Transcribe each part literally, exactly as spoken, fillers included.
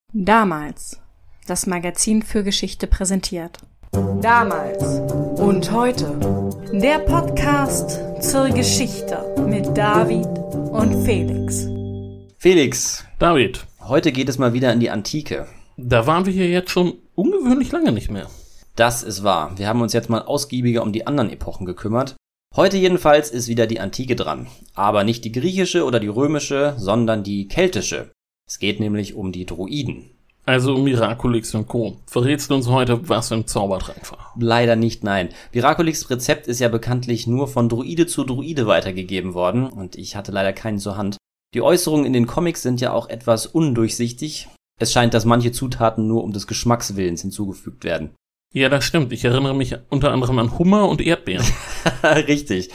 Damals. Das Magazin für Geschichte präsentiert. Damals und heute. Der Podcast zur Geschichte mit David und Felix. Felix. David. Heute geht es mal wieder in die Antike. Da waren wir hier jetzt schon ungewöhnlich lange nicht mehr. Das ist wahr. Wir haben uns jetzt mal ausgiebiger um die anderen Epochen gekümmert. Heute jedenfalls ist wieder die Antike dran. Aber nicht die griechische oder die römische, sondern die keltische. Es geht nämlich um die Druiden. Also um Miraculix und Co. Verrätst du uns heute, was im Zaubertrank war? Leider nicht, nein. Miraculix Rezept ist ja bekanntlich nur von Druide zu Druide weitergegeben worden und ich hatte leider keinen zur Hand. Die Äußerungen in den Comics sind ja auch etwas undurchsichtig. Es scheint, dass manche Zutaten nur um des Geschmackswillens hinzugefügt werden. Ja, das stimmt. Ich erinnere mich unter anderem an Hummer und Erdbeeren. Richtig.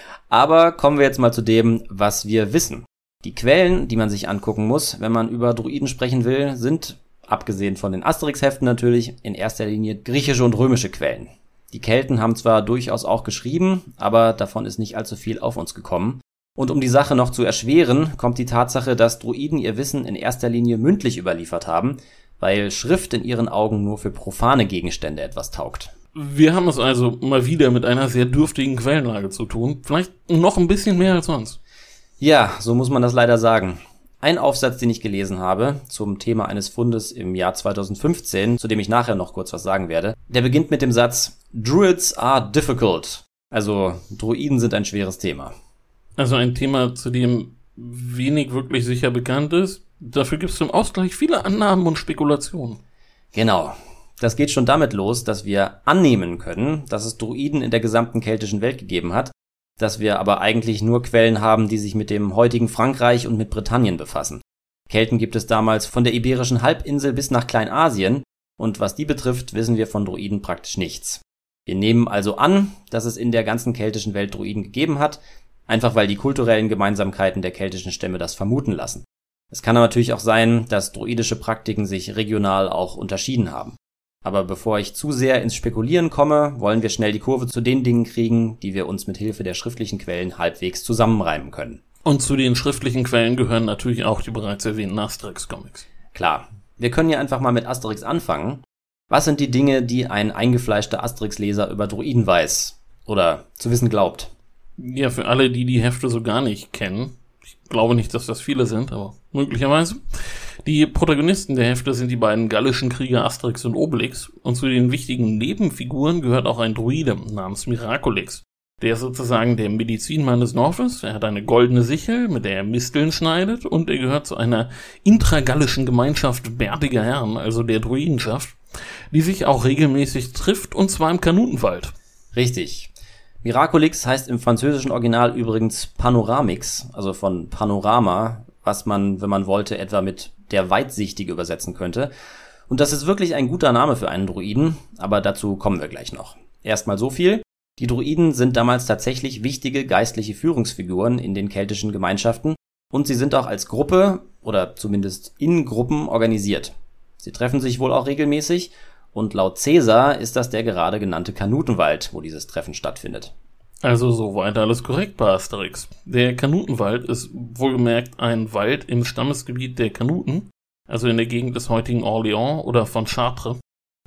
Aber kommen wir jetzt mal zu dem, was wir wissen. Die Quellen, die man sich angucken muss, wenn man über Druiden sprechen will, sind, abgesehen von den Asterix-Heften natürlich, in erster Linie griechische und römische Quellen. Die Kelten haben zwar durchaus auch geschrieben, aber davon ist nicht allzu viel auf uns gekommen. Und um die Sache noch zu erschweren, kommt die Tatsache, dass Druiden ihr Wissen in erster Linie mündlich überliefert haben, weil Schrift in ihren Augen nur für profane Gegenstände etwas taugt. Wir haben es also mal wieder mit einer sehr dürftigen Quellenlage zu tun, vielleicht noch ein bisschen mehr als sonst. Ja, so muss man das leider sagen. Ein Aufsatz, den ich gelesen habe, zum Thema eines Fundes im Jahr zweitausendfünfzehn, zu dem ich nachher noch kurz was sagen werde, der beginnt mit dem Satz Druids are difficult. Also, Druiden sind ein schweres Thema. Also ein Thema, zu dem wenig wirklich sicher bekannt ist. Dafür gibt es zum Ausgleich viele Annahmen und Spekulationen. Genau. Das geht schon damit los, dass wir annehmen können, dass es Druiden in der gesamten keltischen Welt gegeben hat, dass wir aber eigentlich nur Quellen haben, die sich mit dem heutigen Frankreich und mit Britannien befassen. Kelten gibt es damals von der Iberischen Halbinsel bis nach Kleinasien, und was die betrifft, wissen wir von Druiden praktisch nichts. Wir nehmen also an, dass es in der ganzen keltischen Welt Druiden gegeben hat, einfach weil die kulturellen Gemeinsamkeiten der keltischen Stämme das vermuten lassen. Es kann aber natürlich auch sein, dass druidische Praktiken sich regional auch unterschieden haben. Aber bevor ich zu sehr ins Spekulieren komme, wollen wir schnell die Kurve zu den Dingen kriegen, die wir uns mit Hilfe der schriftlichen Quellen halbwegs zusammenreimen können. Und zu den schriftlichen Quellen gehören natürlich auch die bereits erwähnten Asterix-Comics. Klar. Wir können ja einfach mal mit Asterix anfangen. Was sind die Dinge, die ein eingefleischter Asterix-Leser über Druiden weiß oder zu wissen glaubt? Ja, für alle, die die Hefte so gar nicht kennen, ich glaube nicht, dass das viele sind, aber möglicherweise. Die Protagonisten der Hefte sind die beiden gallischen Krieger Asterix und Obelix, und zu den wichtigen Nebenfiguren gehört auch ein Druide namens Miraculix. Der ist sozusagen der Medizinmann des Dorfes, er hat eine goldene Sichel, mit der er Misteln schneidet, und er gehört zu einer intragallischen Gemeinschaft bärtiger Herren, also der Druidenschaft, die sich auch regelmäßig trifft, und zwar im Kanutenwald. Richtig. Miraculix heißt im französischen Original übrigens Panoramix, also von Panorama, was man, wenn man wollte, etwa mit der Weitsichtige übersetzen könnte. Und das ist wirklich ein guter Name für einen Druiden, aber dazu kommen wir gleich noch. Erstmal so viel. Die Druiden sind damals tatsächlich wichtige geistliche Führungsfiguren in den keltischen Gemeinschaften und sie sind auch als Gruppe oder zumindest in Gruppen organisiert. Sie treffen sich wohl auch regelmäßig. Und laut Caesar ist das der gerade genannte Kanutenwald, wo dieses Treffen stattfindet. Also soweit alles korrekt bei Asterix. Der Kanutenwald ist wohlgemerkt ein Wald im Stammesgebiet der Kanuten, also in der Gegend des heutigen Orléans oder von Chartres.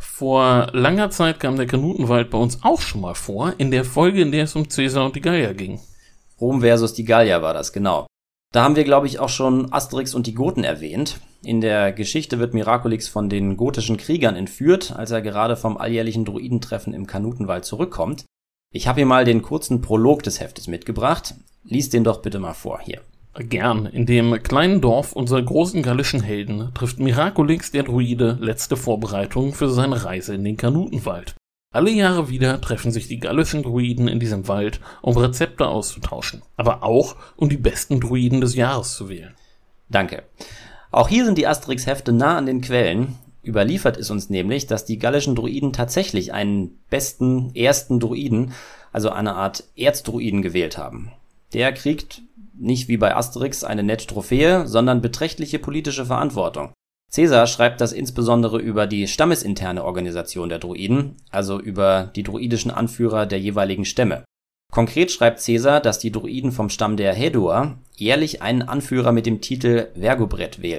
Vor langer Zeit kam der Kanutenwald bei uns auch schon mal vor, in der Folge, in der es um Caesar und die Gallier ging. Rom versus die Gallier war das, genau. Da haben wir, glaube ich, auch schon Asterix und die Goten erwähnt. In der Geschichte wird Miraculix von den gotischen Kriegern entführt, als er gerade vom alljährlichen Druidentreffen im Kanutenwald zurückkommt. Ich habe hier mal den kurzen Prolog des Heftes mitgebracht. Lies den doch bitte mal vor, hier. Gern. In dem kleinen Dorf unserer großen gallischen Helden trifft Miraculix, der Druide, letzte Vorbereitungen für seine Reise in den Kanutenwald. Alle Jahre wieder treffen sich die gallischen Druiden in diesem Wald, um Rezepte auszutauschen, aber auch, um die besten Druiden des Jahres zu wählen. Danke. Auch hier sind die Asterix-Hefte nah an den Quellen. Überliefert ist uns nämlich, dass die gallischen Druiden tatsächlich einen besten, ersten Druiden, also eine Art Erzdruiden gewählt haben. Der kriegt nicht wie bei Asterix eine nette Trophäe, sondern beträchtliche politische Verantwortung. Caesar schreibt das insbesondere über die stammesinterne Organisation der Druiden, also über die druidischen Anführer der jeweiligen Stämme. Konkret schreibt Caesar, dass die Druiden vom Stamm der Häduer jährlich einen Anführer mit dem Titel Vergobret wählen.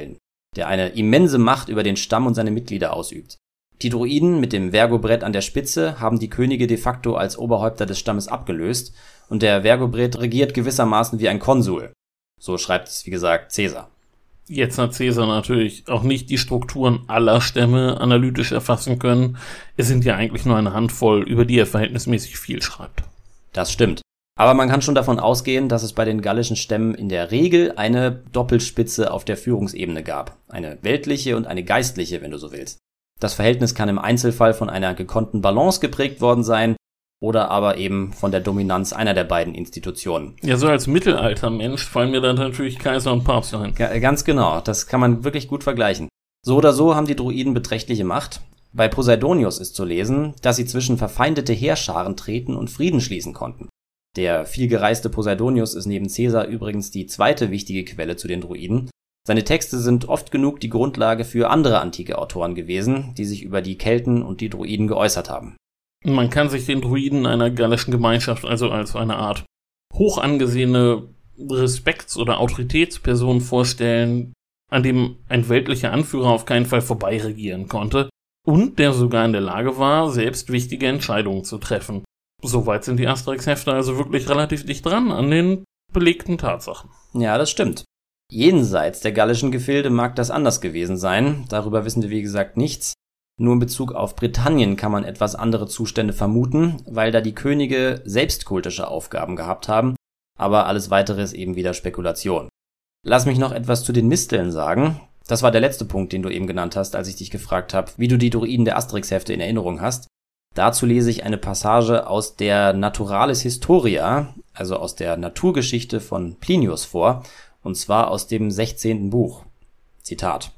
der eine immense Macht über den Stamm und seine Mitglieder ausübt. Die Druiden mit dem Vergobrett an der Spitze haben die Könige de facto als Oberhäupter des Stammes abgelöst und der Vergobrett regiert gewissermaßen wie ein Konsul. So schreibt es, wie gesagt, Caesar. Jetzt hat Caesar natürlich auch nicht die Strukturen aller Stämme analytisch erfassen können. Es sind ja eigentlich nur eine Handvoll, über die er verhältnismäßig viel schreibt. Das stimmt. Aber man kann schon davon ausgehen, dass es bei den gallischen Stämmen in der Regel eine Doppelspitze auf der Führungsebene gab. Eine weltliche und eine geistliche, wenn du so willst. Das Verhältnis kann im Einzelfall von einer gekonnten Balance geprägt worden sein oder aber eben von der Dominanz einer der beiden Institutionen. Ja, so als Mittelaltermensch fallen mir dann natürlich Kaiser und Papst ein. Ja, ganz genau, das kann man wirklich gut vergleichen. So oder so haben die Druiden beträchtliche Macht. Bei Poseidonius ist zu lesen, dass sie zwischen verfeindete Heerscharen treten und Frieden schließen konnten. Der vielgereiste Poseidonius ist neben Caesar übrigens die zweite wichtige Quelle zu den Druiden. Seine Texte sind oft genug die Grundlage für andere antike Autoren gewesen, die sich über die Kelten und die Druiden geäußert haben. Man kann sich den Druiden einer gallischen Gemeinschaft also als eine Art hoch angesehene Respekts- oder Autoritätsperson vorstellen, an dem ein weltlicher Anführer auf keinen Fall vorbei regieren konnte und der sogar in der Lage war, selbst wichtige Entscheidungen zu treffen. Soweit sind die Asterix-Hefte also wirklich relativ dicht dran an den belegten Tatsachen. Ja, das stimmt. Jenseits der gallischen Gefilde mag das anders gewesen sein, darüber wissen wir wie gesagt nichts. Nur in Bezug auf Britannien kann man etwas andere Zustände vermuten, weil da die Könige selbst kultische Aufgaben gehabt haben, aber alles weitere ist eben wieder Spekulation. Lass mich noch etwas zu den Misteln sagen. Das war der letzte Punkt, den du eben genannt hast, als ich dich gefragt habe, wie du die Druiden der Asterix-Hefte in Erinnerung hast. Dazu lese ich eine Passage aus der Naturalis Historia, also aus der Naturgeschichte von Plinius vor, und zwar aus dem sechzehnten Buch. Zitat: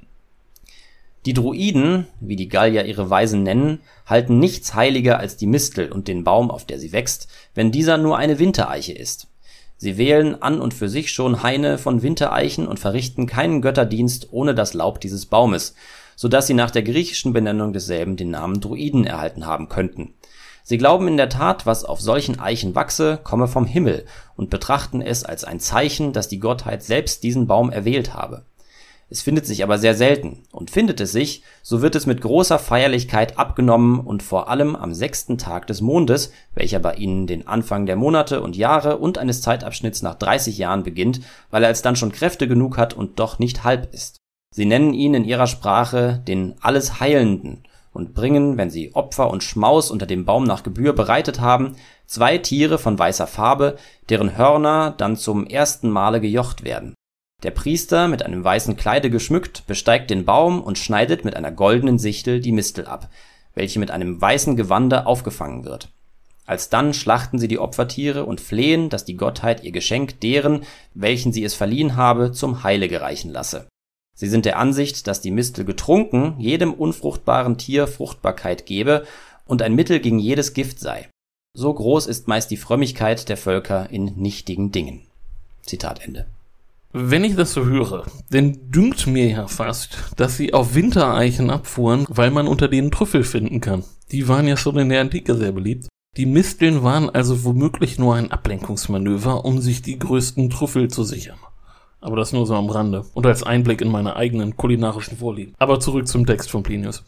Die Druiden, wie die Gallier ihre Weisen nennen, halten nichts heiliger als die Mistel und den Baum, auf der sie wächst, wenn dieser nur eine Wintereiche ist. Sie wählen an und für sich schon Haine von Wintereichen und verrichten keinen Götterdienst ohne das Laub dieses Baumes, so dass sie nach der griechischen Benennung desselben den Namen Druiden erhalten haben könnten. Sie glauben in der Tat, was auf solchen Eichen wachse, komme vom Himmel und betrachten es als ein Zeichen, dass die Gottheit selbst diesen Baum erwählt habe. Es findet sich aber sehr selten, und findet es sich, so wird es mit großer Feierlichkeit abgenommen und vor allem am sechsten Tag des Mondes, welcher bei ihnen den Anfang der Monate und Jahre und eines Zeitabschnitts nach dreißig Jahren beginnt, weil er alsdann schon Kräfte genug hat und doch nicht halb ist. Sie nennen ihn in ihrer Sprache den Allesheilenden und bringen, wenn sie Opfer und Schmaus unter dem Baum nach Gebühr bereitet haben, zwei Tiere von weißer Farbe, deren Hörner dann zum ersten Male gejocht werden. Der Priester, mit einem weißen Kleide geschmückt, besteigt den Baum und schneidet mit einer goldenen Sichel die Mistel ab, welche mit einem weißen Gewande aufgefangen wird. Alsdann schlachten sie die Opfertiere und flehen, dass die Gottheit ihr Geschenk deren, welchen sie es verliehen habe, zum Heile gereichen lasse. Sie sind der Ansicht, dass die Mistel getrunken jedem unfruchtbaren Tier Fruchtbarkeit gebe und ein Mittel gegen jedes Gift sei. So groß ist meist die Frömmigkeit der Völker in nichtigen Dingen. Zitat Ende. Wenn ich das so höre, dann dünkt mir ja fast, dass sie auf Wintereichen abfuhren, weil man unter denen Trüffel finden kann. Die waren ja schon in der Antike sehr beliebt. Die Misteln waren also womöglich nur ein Ablenkungsmanöver, um sich die größten Trüffel zu sichern. Aber das nur so am Rande und als Einblick in meine eigenen kulinarischen Vorlieben. Aber zurück zum Text von Plinius.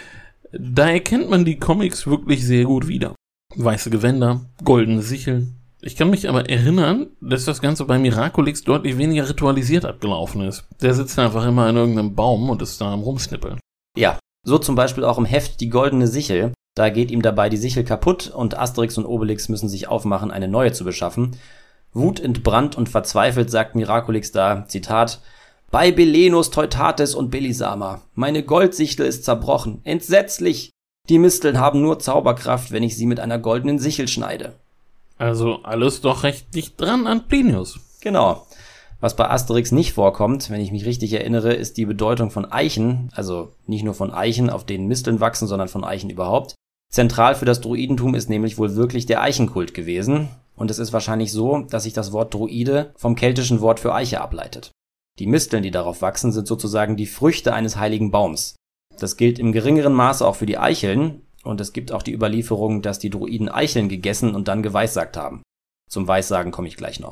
Da erkennt man die Comics wirklich sehr gut wieder. Weiße Gewänder, goldene Sicheln. Ich kann mich aber erinnern, dass das Ganze bei Miraculix deutlich weniger ritualisiert abgelaufen ist. Der sitzt einfach immer in irgendeinem Baum und ist da am Rumschnippeln. Ja, so zum Beispiel auch im Heft Die Goldene Sichel. Da geht ihm dabei die Sichel kaputt und Asterix und Obelix müssen sich aufmachen, eine neue zu beschaffen. Wutentbrannt und verzweifelt sagt Miraculix da, Zitat: Bei Belenus, Teutates und Belisama, meine Goldsichel ist zerbrochen, entsetzlich! Die Misteln haben nur Zauberkraft, wenn ich sie mit einer goldenen Sichel schneide. Also alles doch recht dicht dran an Plinius. Genau. Was bei Asterix nicht vorkommt, wenn ich mich richtig erinnere, ist die Bedeutung von Eichen, also nicht nur von Eichen, auf denen Misteln wachsen, sondern von Eichen überhaupt. Zentral für das Druidentum ist nämlich wohl wirklich der Eichenkult gewesen. Und es ist wahrscheinlich so, dass sich das Wort Druide vom keltischen Wort für Eiche ableitet. Die Misteln, die darauf wachsen, sind sozusagen die Früchte eines heiligen Baums. Das gilt im geringeren Maße auch für die Eicheln, und es gibt auch die Überlieferung, dass die Druiden Eicheln gegessen und dann geweissagt haben. Zum Weissagen komme ich gleich noch.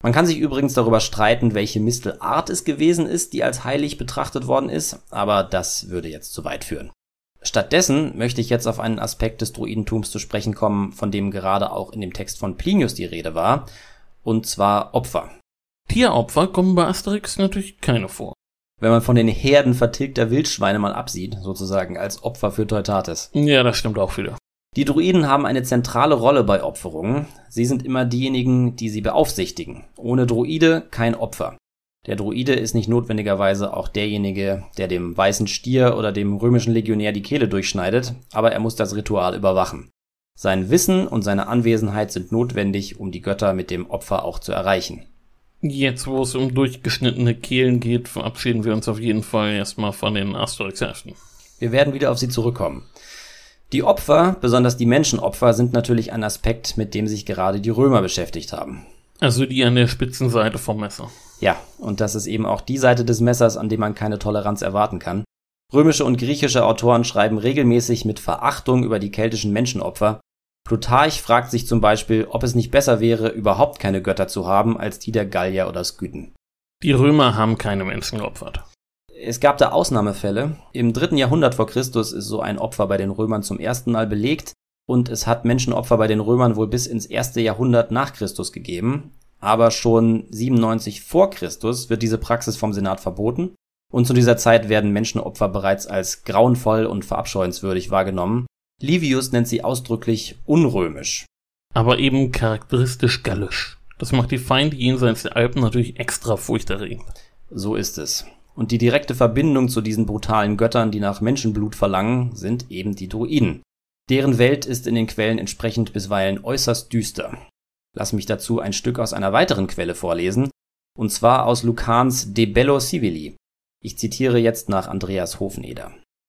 Man kann sich übrigens darüber streiten, welche Mistelart es gewesen ist, die als heilig betrachtet worden ist, aber das würde jetzt zu weit führen. Stattdessen möchte ich jetzt auf einen Aspekt des Druidentums zu sprechen kommen, von dem gerade auch in dem Text von Plinius die Rede war, und zwar Opfer. Tieropfer kommen bei Asterix natürlich keine vor. Wenn man von den Herden vertilgter Wildschweine mal absieht, sozusagen als Opfer für Teutates. Ja, das stimmt auch wieder. Die Druiden haben eine zentrale Rolle bei Opferungen. Sie sind immer diejenigen, die sie beaufsichtigen. Ohne Druide kein Opfer. Der Druide ist nicht notwendigerweise auch derjenige, der dem weißen Stier oder dem römischen Legionär die Kehle durchschneidet, aber er muss das Ritual überwachen. Sein Wissen und seine Anwesenheit sind notwendig, um die Götter mit dem Opfer auch zu erreichen. Jetzt, wo es um durchgeschnittene Kehlen geht, verabschieden wir uns auf jeden Fall erstmal von den Asterix-Heften. Wir werden wieder auf sie zurückkommen. Die Opfer, besonders die Menschenopfer, sind natürlich ein Aspekt, mit dem sich gerade die Römer beschäftigt haben. Also die an der Spitzenseite vom Messer. Ja, und das ist eben auch die Seite des Messers, an dem man keine Toleranz erwarten kann. Römische und griechische Autoren schreiben regelmäßig mit Verachtung über die keltischen Menschenopfer. Plutarch fragt sich zum Beispiel, ob es nicht besser wäre, überhaupt keine Götter zu haben, als die der Gallier oder Skythen. Die Römer haben keine Menschen geopfert. Es gab da Ausnahmefälle. Im dritten Jahrhundert vor Christus ist so ein Opfer bei den Römern zum ersten Mal belegt und es hat Menschenopfer bei den Römern wohl bis ins erste Jahrhundert nach Christus gegeben. Aber schon siebenundneunzig vor Christus wird diese Praxis vom Senat verboten und zu dieser Zeit werden Menschenopfer bereits als grauenvoll und verabscheuenswürdig wahrgenommen. Livius nennt sie ausdrücklich unrömisch. Aber eben charakteristisch gallisch. Das macht die Feinde jenseits der Alpen natürlich extra furchterregend. So ist es. Und die direkte Verbindung zu diesen brutalen Göttern, die nach Menschenblut verlangen, sind eben die Druiden. Deren Welt ist in den Quellen entsprechend bisweilen äußerst düster. Lass mich dazu ein Stück aus einer weiteren Quelle vorlesen, und zwar aus Lucans De Bello Civili. Ich zitiere jetzt nach Andreas Hofneder.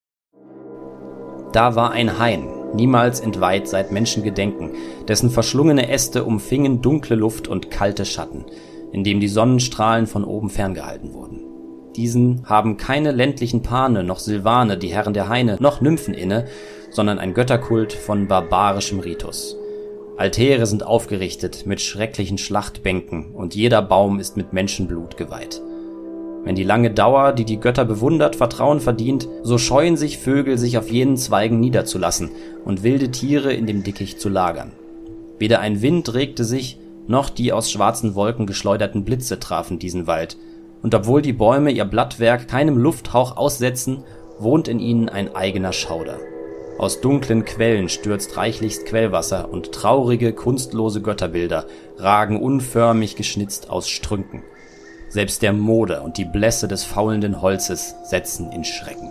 Da war ein Hain, niemals entweiht seit Menschengedenken, dessen verschlungene Äste umfingen dunkle Luft und kalte Schatten, in dem die Sonnenstrahlen von oben ferngehalten wurden. Diesen haben keine ländlichen Pane noch Silvane, die Herren der Haine, noch Nymphen inne, sondern ein Götterkult von barbarischem Ritus. Altäre sind aufgerichtet mit schrecklichen Schlachtbänken und jeder Baum ist mit Menschenblut geweiht. Wenn die lange Dauer, die die Götter bewundert, Vertrauen verdient, so scheuen sich Vögel, sich auf jenen Zweigen niederzulassen und wilde Tiere in dem Dickicht zu lagern. Weder ein Wind regte sich, noch die aus schwarzen Wolken geschleuderten Blitze trafen diesen Wald, und obwohl die Bäume ihr Blattwerk keinem Lufthauch aussetzen, wohnt in ihnen ein eigener Schauder. Aus dunklen Quellen stürzt reichlichst Quellwasser und traurige, kunstlose Götterbilder ragen unförmig geschnitzt aus Strünken. Selbst der Moder und die Blässe des faulenden Holzes setzen in Schrecken.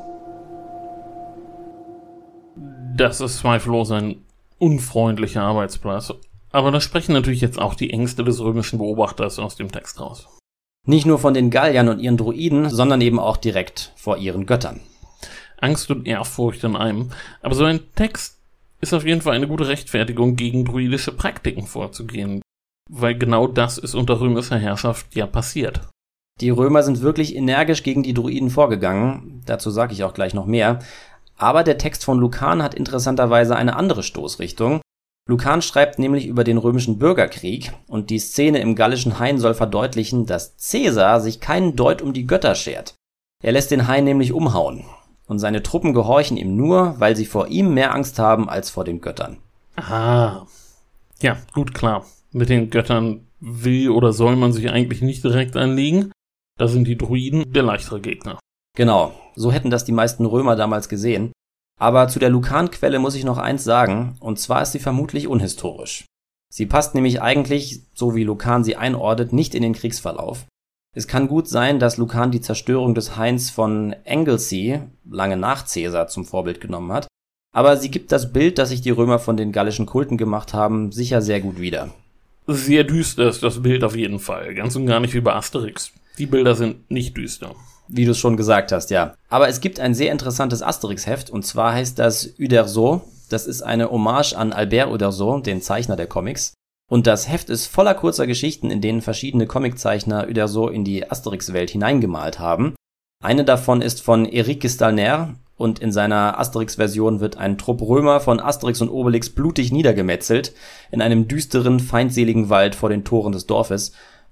Das ist zweifellos ein unfreundlicher Arbeitsplatz. Aber da sprechen natürlich jetzt auch die Ängste des römischen Beobachters aus dem Text raus. Nicht nur von den Galliern und ihren Druiden, sondern eben auch direkt vor ihren Göttern. Angst und Ehrfurcht in einem. Aber so ein Text ist auf jeden Fall eine gute Rechtfertigung, gegen druidische Praktiken vorzugehen. Weil genau das ist unter römischer Herrschaft ja passiert. Die Römer sind wirklich energisch gegen die Druiden vorgegangen. Dazu sage ich auch gleich noch mehr. Aber der Text von Lucan hat interessanterweise eine andere Stoßrichtung. Lucan schreibt nämlich über den römischen Bürgerkrieg und die Szene im gallischen Hain soll verdeutlichen, dass Caesar sich keinen Deut um die Götter schert. Er lässt den Hain nämlich umhauen. Und seine Truppen gehorchen ihm nur, weil sie vor ihm mehr Angst haben als vor den Göttern. Ah, ja, gut, klar. Mit den Göttern will oder soll man sich eigentlich nicht direkt anlegen. Da sind die Druiden der leichtere Gegner. Genau, so hätten das die meisten Römer damals gesehen. Aber zu der Lucan-Quelle muss ich noch eins sagen, und zwar ist sie vermutlich unhistorisch. Sie passt nämlich eigentlich, so wie Lucan sie einordnet, nicht in den Kriegsverlauf. Es kann gut sein, dass Lucan die Zerstörung des Hains von Anglesey lange nach Caesar zum Vorbild genommen hat, aber sie gibt das Bild, das sich die Römer von den gallischen Kulten gemacht haben, sicher sehr gut wieder. Sehr düster ist das Bild auf jeden Fall, ganz und gar nicht wie bei Asterix. Die Bilder sind nicht düster. Wie du es schon gesagt hast, ja. Aber es gibt ein sehr interessantes Asterix-Heft, und zwar heißt das Uderzo. Das ist eine Hommage an Albert Uderzo, den Zeichner der Comics. Und das Heft ist voller kurzer Geschichten, in denen verschiedene Comiczeichner Uderzo in die Asterix-Welt hineingemalt haben. Eine davon ist von Eric Gestalner, und in seiner Asterix-Version wird ein Trupp Römer von Asterix und Obelix blutig niedergemetzelt in einem düsteren, feindseligen Wald vor den Toren des Dorfes.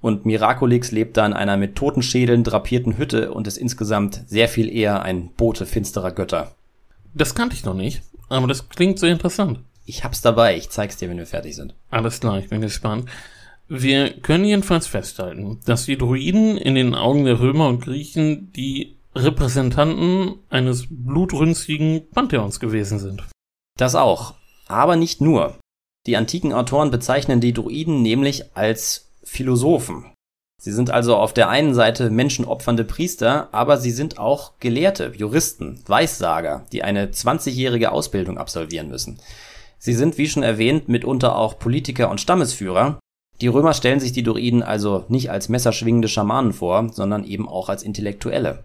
Und Miraculix lebt da in einer mit Totenschädeln drapierten Hütte und ist insgesamt sehr viel eher ein Bote finsterer Götter. Das kannte ich noch nicht, aber das klingt sehr interessant. Ich hab's dabei, ich zeig's dir, wenn wir fertig sind. Alles klar, ich bin gespannt. Wir können jedenfalls festhalten, dass die Druiden in den Augen der Römer und Griechen die Repräsentanten eines blutrünstigen Pantheons gewesen sind. Das auch, aber nicht nur. Die antiken Autoren bezeichnen die Druiden nämlich als Philosophen. Sie sind also auf der einen Seite menschenopfernde Priester, aber sie sind auch Gelehrte, Juristen, Weissager, die eine zwanzigjährige Ausbildung absolvieren müssen. Sie sind, wie schon erwähnt, mitunter auch Politiker und Stammesführer. Die Römer stellen sich die Druiden also nicht als messerschwingende Schamanen vor, sondern eben auch als Intellektuelle.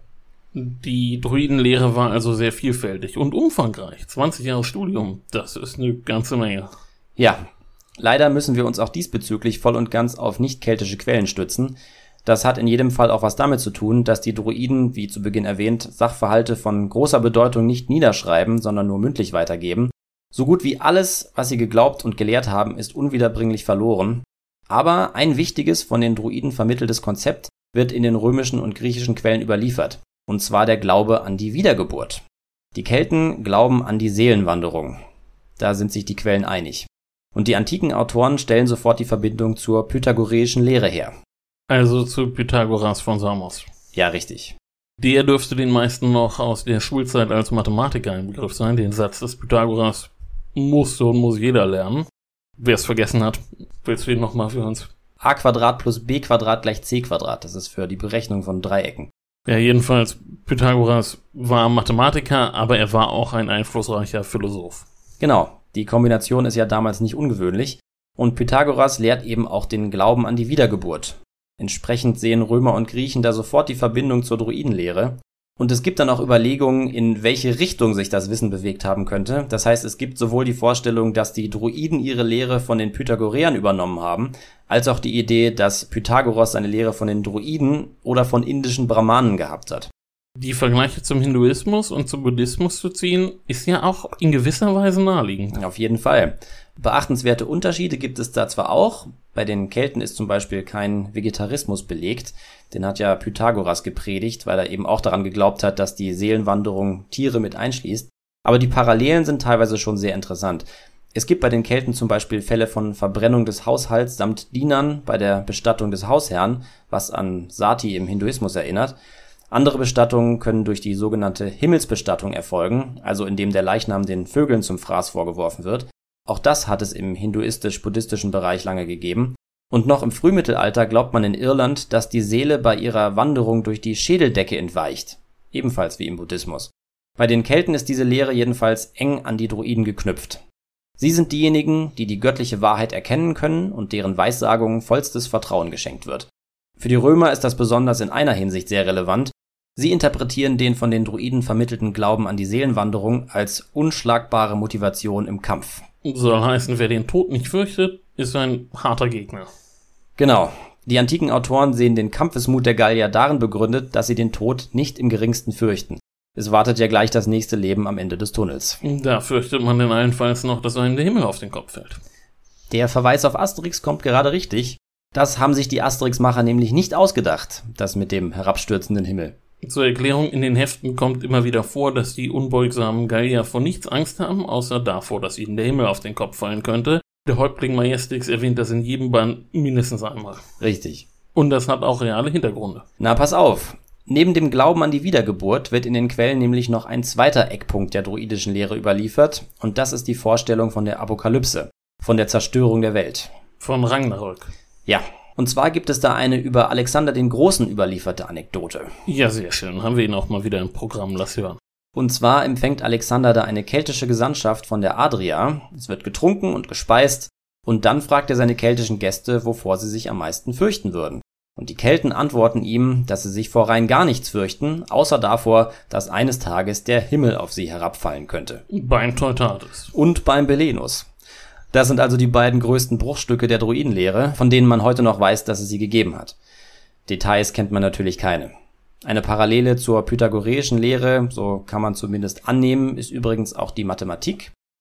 Die Druidenlehre war also sehr vielfältig und umfangreich. zwanzig Jahre Studium, das ist eine ganze Menge. Ja, leider müssen wir uns auch diesbezüglich voll und ganz auf nicht-keltische Quellen stützen. Das hat in jedem Fall auch was damit zu tun, dass die Druiden, wie zu Beginn erwähnt, Sachverhalte von großer Bedeutung nicht niederschreiben, sondern nur mündlich weitergeben. So gut wie alles, was sie geglaubt und gelehrt haben, ist unwiederbringlich verloren. Aber ein wichtiges, von den Druiden vermitteltes Konzept wird in den römischen und griechischen Quellen überliefert. Und zwar der Glaube an die Wiedergeburt. Die Kelten glauben an die Seelenwanderung. Da sind sich die Quellen einig. Und die antiken Autoren stellen sofort die Verbindung zur pythagoreischen Lehre her. Also zu Pythagoras von Samos. Ja, richtig. Der dürfte den meisten noch aus der Schulzeit als Mathematiker ein Begriff sein. Den Satz des Pythagoras musste und muss jeder lernen. Wer es vergessen hat, willst du ihn nochmal für uns? A Quadrat plus B Quadrat gleich C Quadrat. Das ist für die Berechnung von Dreiecken. Ja, jedenfalls, Pythagoras war Mathematiker, aber er war auch ein einflussreicher Philosoph. Genau. Die Kombination ist ja damals nicht ungewöhnlich. Und Pythagoras lehrt eben auch den Glauben an die Wiedergeburt. Entsprechend sehen Römer und Griechen da sofort die Verbindung zur Druidenlehre. Und es gibt dann auch Überlegungen, in welche Richtung sich das Wissen bewegt haben könnte. Das heißt, es gibt sowohl die Vorstellung, dass die Druiden ihre Lehre von den Pythagoreern übernommen haben, als auch die Idee, dass Pythagoras seine Lehre von den Druiden oder von indischen Brahmanen gehabt hat. Die Vergleiche zum Hinduismus und zum Buddhismus zu ziehen, ist ja auch in gewisser Weise naheliegend. Auf jeden Fall. Beachtenswerte Unterschiede gibt es da zwar auch. Bei den Kelten ist zum Beispiel kein Vegetarismus belegt. Den hat ja Pythagoras gepredigt, weil er eben auch daran geglaubt hat, dass die Seelenwanderung Tiere mit einschließt. Aber die Parallelen sind teilweise schon sehr interessant. Es gibt bei den Kelten zum Beispiel Fälle von Verbrennung des Haushalts samt Dienern bei der Bestattung des Hausherrn, was an Sati im Hinduismus erinnert. Andere Bestattungen können durch die sogenannte Himmelsbestattung erfolgen, also indem der Leichnam den Vögeln zum Fraß vorgeworfen wird. Auch das hat es im hinduistisch-buddhistischen Bereich lange gegeben. Und noch im Frühmittelalter glaubt man in Irland, dass die Seele bei ihrer Wanderung durch die Schädeldecke entweicht. Ebenfalls wie im Buddhismus. Bei den Kelten ist diese Lehre jedenfalls eng an die Druiden geknüpft. Sie sind diejenigen, die die göttliche Wahrheit erkennen können und deren Weissagungen vollstes Vertrauen geschenkt wird. Für die Römer ist das besonders in einer Hinsicht sehr relevant. Sie interpretieren den von den Druiden vermittelten Glauben an die Seelenwanderung als unschlagbare Motivation im Kampf. Soll heißen, wer den Tod nicht fürchtet, ist ein harter Gegner. Genau. Die antiken Autoren sehen den Kampfesmut der Gallier darin begründet, dass sie den Tod nicht im geringsten fürchten. Es wartet ja gleich das nächste Leben am Ende des Tunnels. Da fürchtet man denn allenfalls noch, dass einem der Himmel auf den Kopf fällt. Der Verweis auf Asterix kommt gerade richtig. Das haben sich die Asterix-Macher nämlich nicht ausgedacht, das mit dem herabstürzenden Himmel. Zur Erklärung, in den Heften kommt immer wieder vor, dass die unbeugsamen Gallier vor nichts Angst haben, außer davor, dass ihnen der Himmel auf den Kopf fallen könnte. Der Häuptling Majestix erwähnt das in jedem Band mindestens einmal. Richtig. Und das hat auch reale Hintergründe. Na, pass auf. Neben dem Glauben an die Wiedergeburt wird in den Quellen nämlich noch ein zweiter Eckpunkt der druidischen Lehre überliefert, und das ist die Vorstellung von der Apokalypse, von der Zerstörung der Welt. Von Ragnarök. Ja. Und zwar gibt es da eine über Alexander den Großen überlieferte Anekdote. Ja, sehr schön. Haben wir ihn auch mal wieder im Programm. Lass hören. Und zwar empfängt Alexander da eine keltische Gesandtschaft von der Adria. Es wird getrunken und gespeist. Und dann fragt er seine keltischen Gäste, wovor sie sich am meisten fürchten würden. Und die Kelten antworten ihm, dass sie sich vor rein gar nichts fürchten, außer davor, dass eines Tages der Himmel auf sie herabfallen könnte. Beim Teutates. Und beim Belenus. Das sind also die beiden größten Bruchstücke der Druidenlehre, von denen man heute noch weiß, dass es sie gegeben hat. Details kennt man natürlich keine. Eine Parallele zur pythagoreischen Lehre, so kann man zumindest annehmen, ist übrigens auch die Mathematik.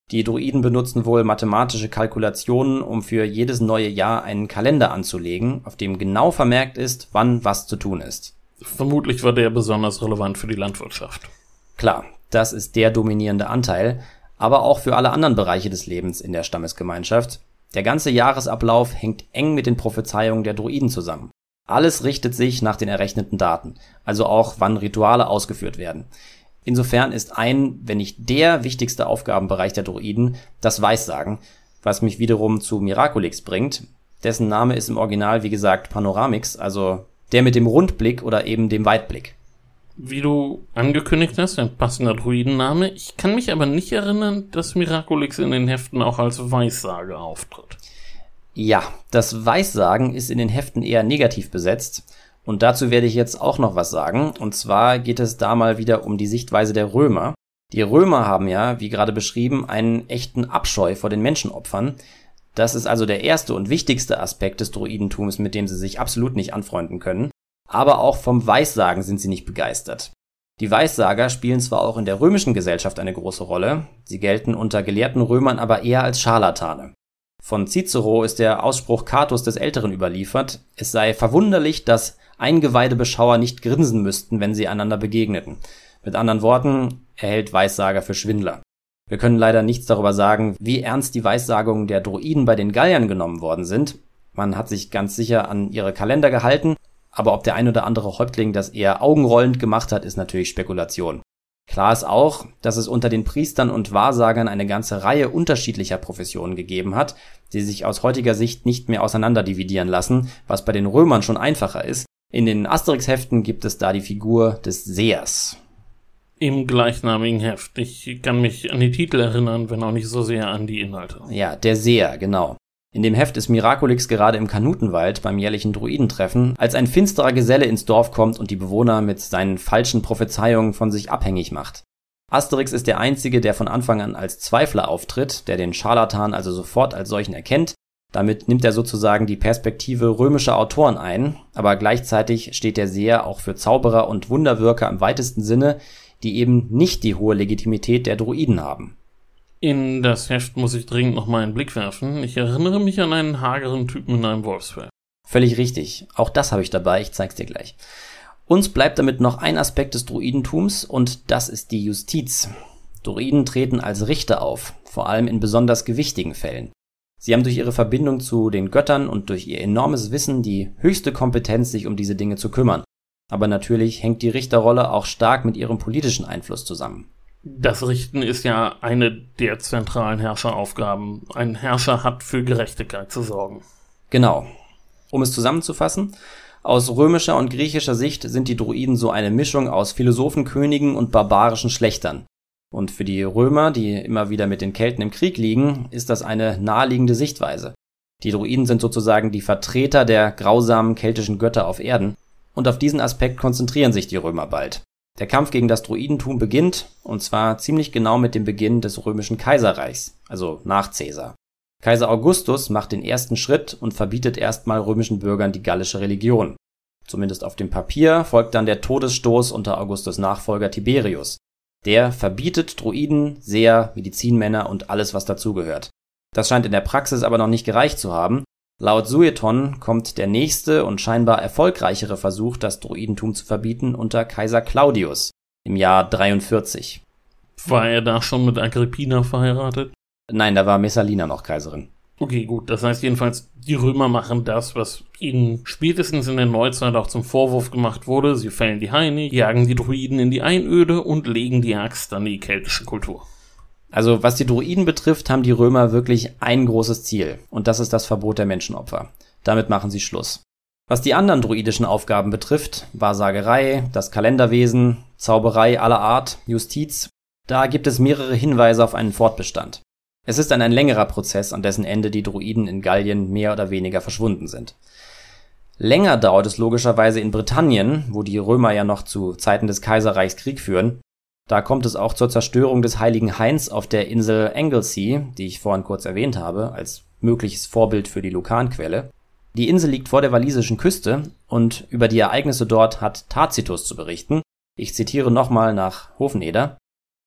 Die Druiden benutzen wohl mathematische Kalkulationen, um für jedes neue Jahr einen Kalender anzulegen, auf dem genau vermerkt ist, wann was zu tun ist. Vermutlich war der besonders relevant für die Landwirtschaft. Klar, das ist der dominierende Anteil, aber auch für alle anderen Bereiche des Lebens in der Stammesgemeinschaft. Der ganze Jahresablauf hängt eng mit den Prophezeiungen der Druiden zusammen. Alles richtet sich nach den errechneten Daten, also auch wann Rituale ausgeführt werden. Insofern ist ein, wenn nicht der wichtigste Aufgabenbereich der Druiden das Weissagen, was mich wiederum zu Miraculix bringt. Dessen Name ist im Original, wie gesagt, Panoramix, also der mit dem Rundblick oder eben dem Weitblick. Wie du angekündigt hast, ein passender Druidenname. Ich kann mich aber nicht erinnern, dass Miraculix in den Heften auch als Weissage auftritt. Ja, das Weissagen ist in den Heften eher negativ besetzt. Und dazu werde ich jetzt auch noch was sagen. Und zwar geht es da mal wieder um die Sichtweise der Römer. Die Römer haben ja, wie gerade beschrieben, einen echten Abscheu vor den Menschenopfern. Das ist also der erste und wichtigste Aspekt des Druidentums, mit dem sie sich absolut nicht anfreunden können. Aber auch vom Weissagen sind sie nicht begeistert. Die Weissager spielen zwar auch in der römischen Gesellschaft eine große Rolle, sie gelten unter gelehrten Römern aber eher als Scharlatane. Von Cicero ist der Ausspruch Catos des Älteren überliefert, es sei verwunderlich, dass Eingeweidebeschauer nicht grinsen müssten, wenn sie einander begegneten. Mit anderen Worten, er hält Weissager für Schwindler. Wir können leider nichts darüber sagen, wie ernst die Weissagungen der Druiden bei den Galliern genommen worden sind. Man hat sich ganz sicher an ihre Kalender gehalten, aber ob der ein oder andere Häuptling das eher augenrollend gemacht hat, ist natürlich Spekulation. Klar ist auch, dass es unter den Priestern und Wahrsagern eine ganze Reihe unterschiedlicher Professionen gegeben hat, die sich aus heutiger Sicht nicht mehr auseinanderdividieren lassen, was bei den Römern schon einfacher ist. In den Asterix-Heften gibt es da die Figur des Sehers. Im gleichnamigen Heft. Ich kann mich an die Titel erinnern, wenn auch nicht so sehr an die Inhalte. Ja, der Seher, genau. In dem Heft ist Miraculix gerade im Kanutenwald beim jährlichen Druidentreffen, als ein finsterer Geselle ins Dorf kommt und die Bewohner mit seinen falschen Prophezeiungen von sich abhängig macht. Asterix ist der Einzige, der von Anfang an als Zweifler auftritt, der den Scharlatan also sofort als solchen erkennt. Damit nimmt er sozusagen die Perspektive römischer Autoren ein, aber gleichzeitig steht der Seher auch für Zauberer und Wunderwirker im weitesten Sinne, die eben nicht die hohe Legitimität der Druiden haben. In das Heft muss ich dringend noch mal einen Blick werfen. Ich erinnere mich an einen hageren Typen in einem Wolfsfell. Völlig richtig. Auch das habe ich dabei, ich zeig's dir gleich. Uns bleibt damit noch ein Aspekt des Druidentums und das ist die Justiz. Druiden treten als Richter auf, vor allem in besonders gewichtigen Fällen. Sie haben durch ihre Verbindung zu den Göttern und durch ihr enormes Wissen die höchste Kompetenz, sich um diese Dinge zu kümmern. Aber natürlich hängt die Richterrolle auch stark mit ihrem politischen Einfluss zusammen. Das Richten ist ja eine der zentralen Herrscheraufgaben. Ein Herrscher hat für Gerechtigkeit zu sorgen. Genau. Um es zusammenzufassen, aus römischer und griechischer Sicht sind die Druiden so eine Mischung aus Philosophenkönigen und barbarischen Schlechtern. Und für die Römer, die immer wieder mit den Kelten im Krieg liegen, ist das eine naheliegende Sichtweise. Die Druiden sind sozusagen die Vertreter der grausamen keltischen Götter auf Erden. Und auf diesen Aspekt konzentrieren sich die Römer bald. Der Kampf gegen das Druidentum beginnt, und zwar ziemlich genau mit dem Beginn des römischen Kaiserreichs, also nach Caesar. Kaiser Augustus macht den ersten Schritt und verbietet erstmal römischen Bürgern die gallische Religion. Zumindest auf dem Papier folgt dann der Todesstoß unter Augustus' Nachfolger Tiberius. Der verbietet Druiden, Seher, Medizinmänner und alles, was dazugehört. Das scheint in der Praxis aber noch nicht gereicht zu haben. Laut Sueton kommt der nächste und scheinbar erfolgreichere Versuch, das Druidentum zu verbieten, unter Kaiser Claudius im Jahr dreiundvierzig. War er da schon mit Agrippina verheiratet? Nein, da war Messalina noch Kaiserin. Okay, gut. Das heißt jedenfalls, die Römer machen das, was ihnen spätestens in der Neuzeit auch zum Vorwurf gemacht wurde. Sie fällen die Haine, jagen die Druiden in die Einöde und legen die Axt an die keltische Kultur. Also was die Druiden betrifft, haben die Römer wirklich ein großes Ziel, und das ist das Verbot der Menschenopfer. Damit machen sie Schluss. Was die anderen druidischen Aufgaben betrifft, Wahrsagerei, das Kalenderwesen, Zauberei aller Art, Justiz, da gibt es mehrere Hinweise auf einen Fortbestand. Es ist dann ein längerer Prozess, an dessen Ende die Druiden in Gallien mehr oder weniger verschwunden sind. Länger dauert es logischerweise in Britannien, wo die Römer ja noch zu Zeiten des Kaiserreichs Krieg führen. Da kommt es auch zur Zerstörung des heiligen Hains auf der Insel Anglesey, die ich vorhin kurz erwähnt habe, als mögliches Vorbild für die Lukanquelle. Die Insel liegt vor der walisischen Küste und über die Ereignisse dort hat Tacitus zu berichten. Ich zitiere nochmal nach Hofneder.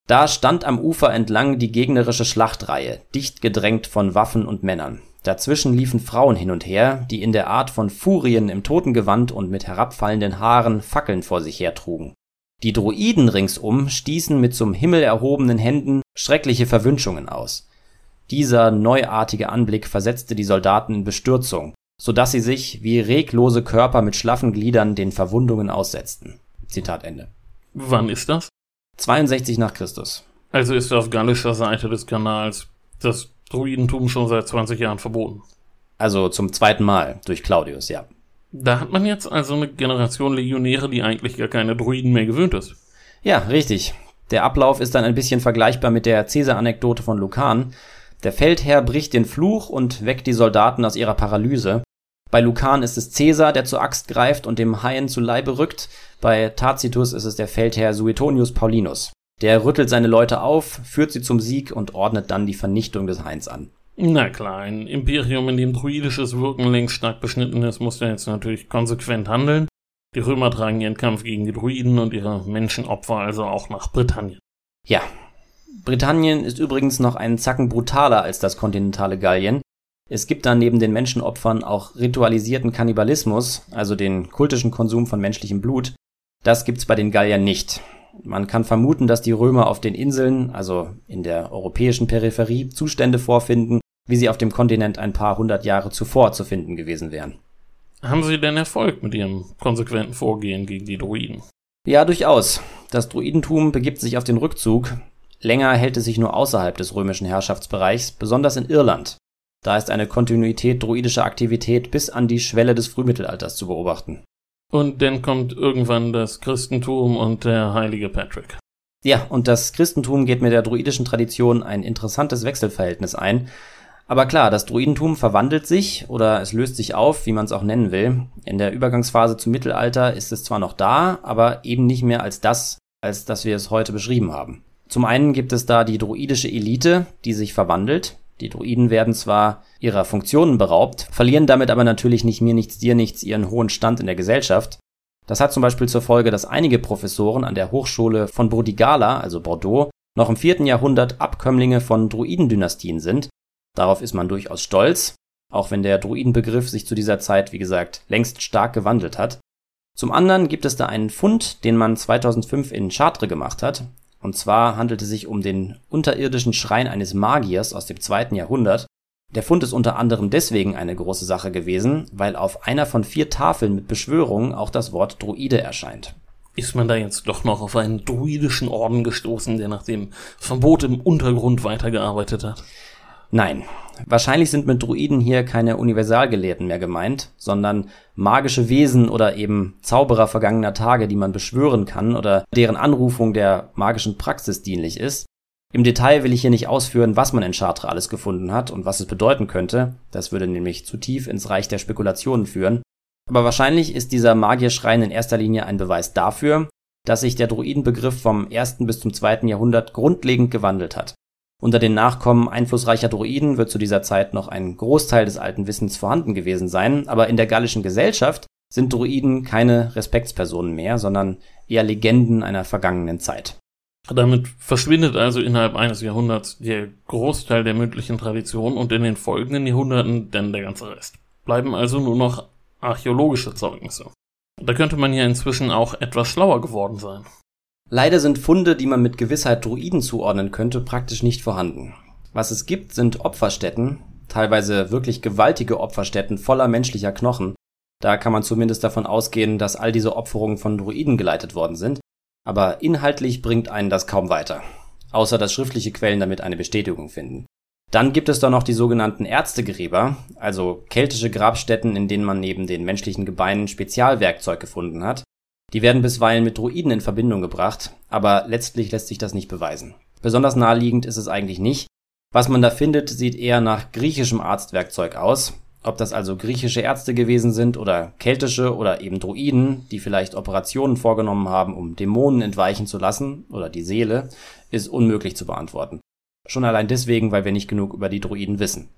Da stand am Ufer entlang die gegnerische Schlachtreihe, dicht gedrängt von Waffen und Männern. Dazwischen liefen Frauen hin und her, die in der Art von Furien im Totengewand und mit herabfallenden Haaren Fackeln vor sich hertrugen. Die Druiden ringsum stießen mit zum Himmel erhobenen Händen schreckliche Verwünschungen aus. Dieser neuartige Anblick versetzte die Soldaten in Bestürzung, so dass sie sich wie reglose Körper mit schlaffen Gliedern den Verwundungen aussetzten. Zitat Ende. Wann ist das? zweiundsechzig nach Christus. Also ist auf gallischer Seite des Kanals das Druidentum schon seit zwanzig Jahren verboten. Also zum zweiten Mal durch Claudius, ja. Da hat man jetzt also eine Generation Legionäre, die eigentlich gar keine Druiden mehr gewöhnt ist. Ja, richtig. Der Ablauf ist dann ein bisschen vergleichbar mit der Caesar-Anekdote von Lucan. Der Feldherr bricht den Fluch und weckt die Soldaten aus ihrer Paralyse. Bei Lucan ist es Caesar, der zur Axt greift und dem Haien zu Leibe rückt. Bei Tacitus ist es der Feldherr Suetonius Paulinus. Der rüttelt seine Leute auf, führt sie zum Sieg und ordnet dann die Vernichtung des Hains an. Na klar, ein Imperium, in dem druidisches Wirken längst stark beschnitten ist, muss ja jetzt natürlich konsequent handeln. Die Römer tragen ihren Kampf gegen die Druiden und ihre Menschenopfer also auch nach Britannien. Ja, Britannien ist übrigens noch einen Zacken brutaler als das kontinentale Gallien. Es gibt da neben den Menschenopfern auch ritualisierten Kannibalismus, also den kultischen Konsum von menschlichem Blut. Das gibt's bei den Galliern nicht. Man kann vermuten, dass die Römer auf den Inseln, also in der europäischen Peripherie, Zustände vorfinden, wie sie auf dem Kontinent ein paar hundert Jahre zuvor zu finden gewesen wären. Haben Sie denn Erfolg mit Ihrem konsequenten Vorgehen gegen die Druiden? Ja, durchaus. Das Druidentum begibt sich auf den Rückzug. Länger hält es sich nur außerhalb des römischen Herrschaftsbereichs, besonders in Irland. Da ist eine Kontinuität druidischer Aktivität bis an die Schwelle des Frühmittelalters zu beobachten. Und dann kommt irgendwann das Christentum und der heilige Patrick. Ja, und das Christentum geht mit der druidischen Tradition ein interessantes Wechselverhältnis ein. Aber klar, das Druidentum verwandelt sich oder es löst sich auf, wie man es auch nennen will. In der Übergangsphase zum Mittelalter ist es zwar noch da, aber eben nicht mehr als das, als das wir es heute beschrieben haben. Zum einen gibt es da die druidische Elite, die sich verwandelt. Die Druiden werden zwar ihrer Funktionen beraubt, verlieren damit aber natürlich nicht mir nichts, dir nichts ihren hohen Stand in der Gesellschaft. Das hat zum Beispiel zur Folge, dass einige Professoren an der Hochschule von Burdigala, also Bordeaux, noch im vierten Jahrhundert Abkömmlinge von Druidendynastien sind. Darauf ist man durchaus stolz, auch wenn der Druidenbegriff sich zu dieser Zeit, wie gesagt, längst stark gewandelt hat. Zum anderen gibt es da einen Fund, den man zweitausendfünf in Chartres gemacht hat. Und zwar handelt es sich um den unterirdischen Schrein eines Magiers aus dem zweiten Jahrhundert. Der Fund ist unter anderem deswegen eine große Sache gewesen, weil auf einer von vier Tafeln mit Beschwörungen auch das Wort Druide erscheint. Ist man da jetzt doch noch auf einen druidischen Orden gestoßen, der nach dem Verbot im Untergrund weitergearbeitet hat? Nein, wahrscheinlich sind mit Druiden hier keine Universalgelehrten mehr gemeint, sondern magische Wesen oder eben Zauberer vergangener Tage, die man beschwören kann oder deren Anrufung der magischen Praxis dienlich ist. Im Detail will ich hier nicht ausführen, was man in Chartres alles gefunden hat und was es bedeuten könnte. Das würde nämlich zu tief ins Reich der Spekulationen führen. Aber wahrscheinlich ist dieser Magierschrein in erster Linie ein Beweis dafür, dass sich der Druidenbegriff vom ersten bis zum zweiten Jahrhundert grundlegend gewandelt hat. Unter den Nachkommen einflussreicher Druiden wird zu dieser Zeit noch ein Großteil des alten Wissens vorhanden gewesen sein, aber in der gallischen Gesellschaft sind Druiden keine Respektspersonen mehr, sondern eher Legenden einer vergangenen Zeit. Damit verschwindet also innerhalb eines Jahrhunderts der Großteil der mündlichen Tradition und in den folgenden Jahrhunderten dann der ganze Rest. Bleiben also nur noch archäologische Zeugnisse. Da könnte man ja inzwischen auch etwas schlauer geworden sein. Leider sind Funde, die man mit Gewissheit Druiden zuordnen könnte, praktisch nicht vorhanden. Was es gibt, sind Opferstätten, teilweise wirklich gewaltige Opferstätten voller menschlicher Knochen. Da kann man zumindest davon ausgehen, dass all diese Opferungen von Druiden geleitet worden sind. Aber inhaltlich bringt einen das kaum weiter, außer dass schriftliche Quellen damit eine Bestätigung finden. Dann gibt es da noch die sogenannten Ärztegräber, also keltische Grabstätten, in denen man neben den menschlichen Gebeinen Spezialwerkzeug gefunden hat. Die werden bisweilen mit Druiden in Verbindung gebracht, aber letztlich lässt sich das nicht beweisen. Besonders naheliegend ist es eigentlich nicht. Was man da findet, sieht eher nach griechischem Arztwerkzeug aus. Ob das also griechische Ärzte gewesen sind oder keltische oder eben Druiden, die vielleicht Operationen vorgenommen haben, um Dämonen entweichen zu lassen oder die Seele, ist unmöglich zu beantworten. Schon allein deswegen, weil wir nicht genug über die Druiden wissen.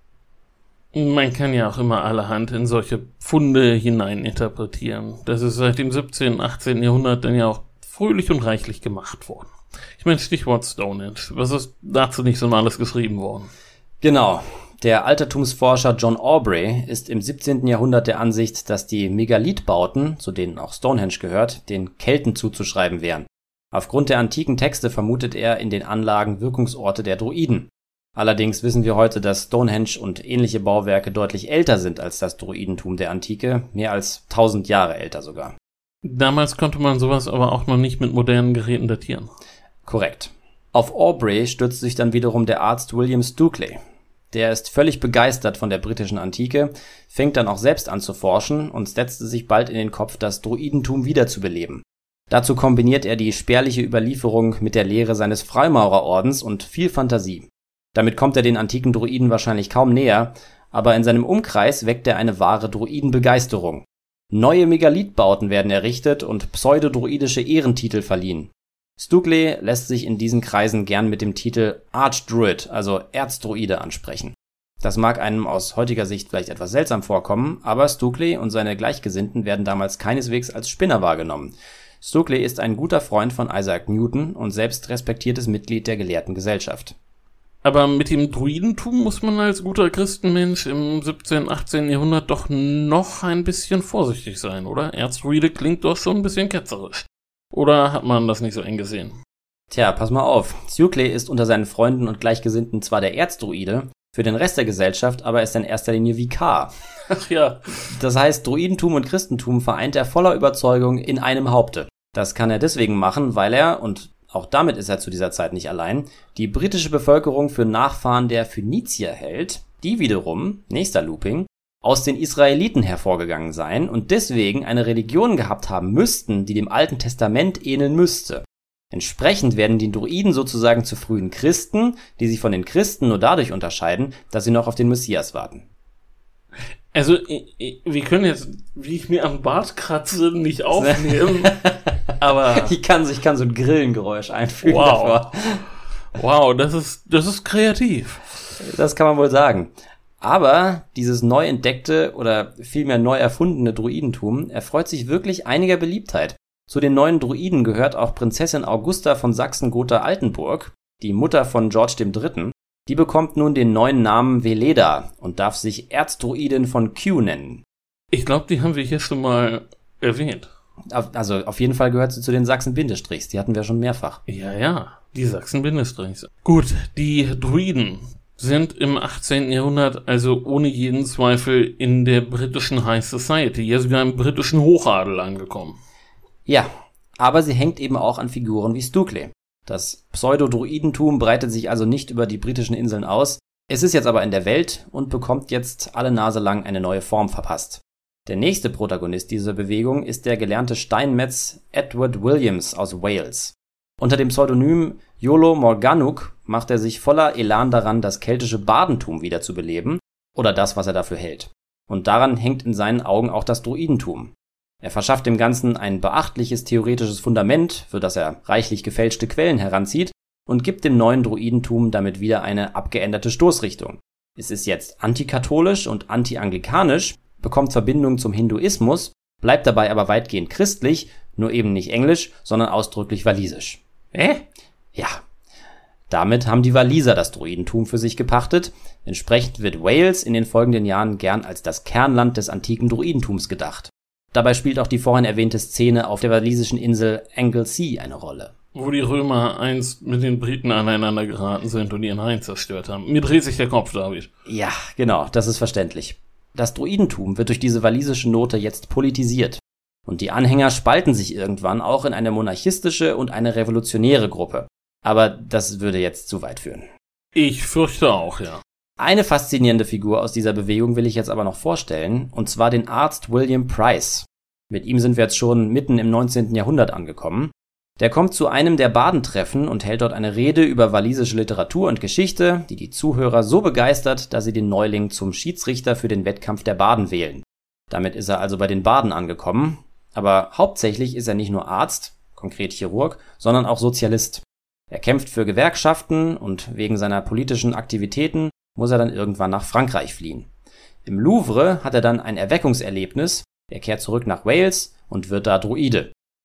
Man kann ja auch immer allerhand in solche Funde hineininterpretieren. Das ist seit dem siebzehnten, achtzehnten Jahrhundert dann ja auch fröhlich und reichlich gemacht worden. Ich meine, Stichwort Stonehenge. Was ist dazu nicht so mal alles geschrieben worden? Genau. Der Altertumsforscher John Aubrey ist im siebzehnten Jahrhundert der Ansicht, dass die Megalithbauten, zu denen auch Stonehenge gehört, den Kelten zuzuschreiben wären. Aufgrund der antiken Texte vermutet er in den Anlagen Wirkungsorte der Druiden. Allerdings wissen wir heute, dass Stonehenge und ähnliche Bauwerke deutlich älter sind als das Druidentum der Antike, mehr als tausend Jahre älter sogar. Damals konnte man sowas aber auch noch nicht mit modernen Geräten datieren. Korrekt. Auf Aubrey stürzt sich dann wiederum der Arzt William Stukeley. Der ist völlig begeistert von der britischen Antike, fängt dann auch selbst an zu forschen und setzte sich bald in den Kopf, das Druidentum wiederzubeleben. Dazu kombiniert er die spärliche Überlieferung mit der Lehre seines Freimaurerordens und viel Fantasie. Damit kommt er den antiken Druiden wahrscheinlich kaum näher, aber in seinem Umkreis weckt er eine wahre Druidenbegeisterung. Neue Megalithbauten werden errichtet und pseudodruidische Ehrentitel verliehen. Stukeley lässt sich in diesen Kreisen gern mit dem Titel Archdruid, also Erzdruide, ansprechen. Das mag einem aus heutiger Sicht vielleicht etwas seltsam vorkommen, aber Stukeley und seine Gleichgesinnten werden damals keineswegs als Spinner wahrgenommen. Stukeley ist ein guter Freund von Isaac Newton und selbst respektiertes Mitglied der gelehrten Gesellschaft. Aber mit dem Druidentum muss man als guter Christenmensch im siebzehnten, achtzehnten Jahrhundert doch noch ein bisschen vorsichtig sein, oder? Erzdruide klingt doch schon ein bisschen ketzerisch. Oder hat man das nicht so eng gesehen? Tja, pass mal auf. Stukeley ist unter seinen Freunden und Gleichgesinnten zwar der Erzdruide, für den Rest der Gesellschaft aber ist er in erster Linie Vikar. Ach ja. Das heißt, Druidentum und Christentum vereint er voller Überzeugung in einem Haupte. Das kann er deswegen machen, weil er, und auch damit ist er zu dieser Zeit nicht allein, die britische Bevölkerung für Nachfahren der Phönizier hält, die wiederum, nächster Looping, aus den Israeliten hervorgegangen seien und deswegen eine Religion gehabt haben müssten, die dem Alten Testament ähneln müsste. Entsprechend werden die Druiden sozusagen zu frühen Christen, die sich von den Christen nur dadurch unterscheiden, dass sie noch auf den Messias warten. Also, wir können jetzt, wie ich mir am Bart kratze, nicht aufnehmen, aber... Ich kann, ich kann so ein Grillengeräusch einfügen. Wow. Davor. Wow, das ist, das ist kreativ. Das kann man wohl sagen. Aber dieses neu entdeckte oder vielmehr neu erfundene Druidentum erfreut sich wirklich einiger Beliebtheit. Zu den neuen Druiden gehört auch Prinzessin Augusta von Sachsen-Gotha-Altenburg, die Mutter von George der Dritte. Die bekommt nun den neuen Namen Veleda und darf sich Erzdruidin von Q nennen. Ich glaube, die haben wir hier schon mal erwähnt. Also auf jeden Fall gehört sie zu den Sachsen-Bindestrichs, die hatten wir schon mehrfach. Ja, ja, die Sachsen-Bindestrichs. Gut, die Druiden sind im achtzehnten Jahrhundert also ohne jeden Zweifel in der britischen High Society, ja sogar im britischen Hochadel angekommen. Ja, aber sie hängt eben auch an Figuren wie Stukeley. Das Pseudodruidentum breitet sich also nicht über die britischen Inseln aus. Es ist jetzt aber in der Welt und bekommt jetzt alle Nase lang eine neue Form verpasst. Der nächste Protagonist dieser Bewegung ist der gelernte Steinmetz Edward Williams aus Wales. Unter dem Pseudonym Iolo Morganwg macht er sich voller Elan daran, das keltische Badentum wiederzubeleben, oder das, was er dafür hält. Und daran hängt in seinen Augen auch das Druidentum. Er verschafft dem Ganzen ein beachtliches theoretisches Fundament, für das er reichlich gefälschte Quellen heranzieht, und gibt dem neuen Druidentum damit wieder eine abgeänderte Stoßrichtung. Es ist jetzt antikatholisch und anti-anglikanisch, bekommt Verbindung zum Hinduismus, bleibt dabei aber weitgehend christlich, nur eben nicht englisch, sondern ausdrücklich walisisch. Hä? Ja. Damit haben die Waliser das Druidentum für sich gepachtet. Entsprechend wird Wales in den folgenden Jahren gern als das Kernland des antiken Druidentums gedacht. Dabei spielt auch die vorhin erwähnte Szene auf der walisischen Insel Anglesey eine Rolle. Wo die Römer einst mit den Briten aneinander geraten sind und ihren Hain zerstört haben. Mir dreht sich der Kopf, David. Ja, genau, das ist verständlich. Das Druidentum wird durch diese walisische Note jetzt politisiert. Und die Anhänger spalten sich irgendwann auch in eine monarchistische und eine revolutionäre Gruppe. Aber das würde jetzt zu weit führen. Ich fürchte auch, ja. Eine faszinierende Figur aus dieser Bewegung will ich jetzt aber noch vorstellen, und zwar den Arzt William Price. Mit ihm sind wir jetzt schon mitten im neunzehnten Jahrhundert angekommen. Der kommt zu einem der Badentreffen und hält dort eine Rede über walisische Literatur und Geschichte, die die Zuhörer so begeistert, dass sie den Neuling zum Schiedsrichter für den Wettkampf der Baden wählen. Damit ist er also bei den Baden angekommen. Aber hauptsächlich ist er nicht nur Arzt, konkret Chirurg, sondern auch Sozialist. Er kämpft für Gewerkschaften und wegen seiner politischen Aktivitäten muss er dann irgendwann nach Frankreich fliehen. Im Louvre hat er dann ein Erweckungserlebnis, er kehrt zurück nach Wales und wird da Druide.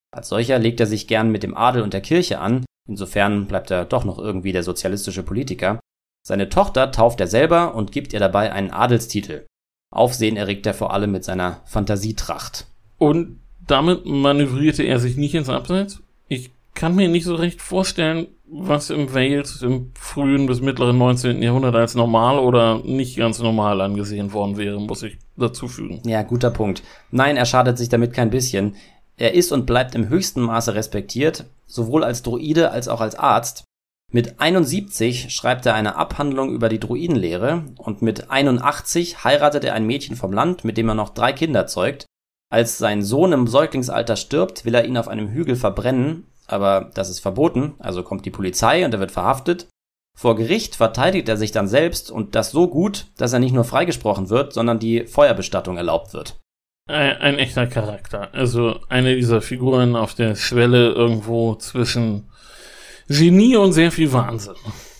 Als solcher legt er sich gern mit dem Adel und der Kirche an, insofern bleibt er doch noch irgendwie der sozialistische Politiker. Seine Tochter tauft er selber und gibt ihr dabei einen Adelstitel. Aufsehen erregt er vor allem mit seiner Fantasietracht. Und damit manövrierte er sich nicht ins Abseits? Ich kann mir nicht so recht vorstellen, was im Wales im frühen bis mittleren neunzehnten. Jahrhundert als normal oder nicht ganz normal angesehen worden wäre, muss ich dazu fügen. Ja, guter Punkt. Nein, er schadet sich damit kein bisschen. Er ist und bleibt im höchsten Maße respektiert, sowohl als Druide als auch als Arzt. Mit einundsiebzig schreibt er eine Abhandlung über die Druidenlehre und mit einundachtzig heiratet er ein Mädchen vom Land, mit dem er noch drei Kinder zeugt. Als sein Sohn im Säuglingsalter stirbt, will er ihn auf einem Hügel verbrennen, aber das ist verboten, also kommt die Polizei und er wird verhaftet. Vor Gericht verteidigt er sich dann selbst und das so gut, dass er nicht nur freigesprochen wird, sondern die Feuerbestattung erlaubt wird. Ein, ein echter Charakter, also eine dieser Figuren auf der Schwelle irgendwo zwischen Genie und sehr viel Wahnsinn.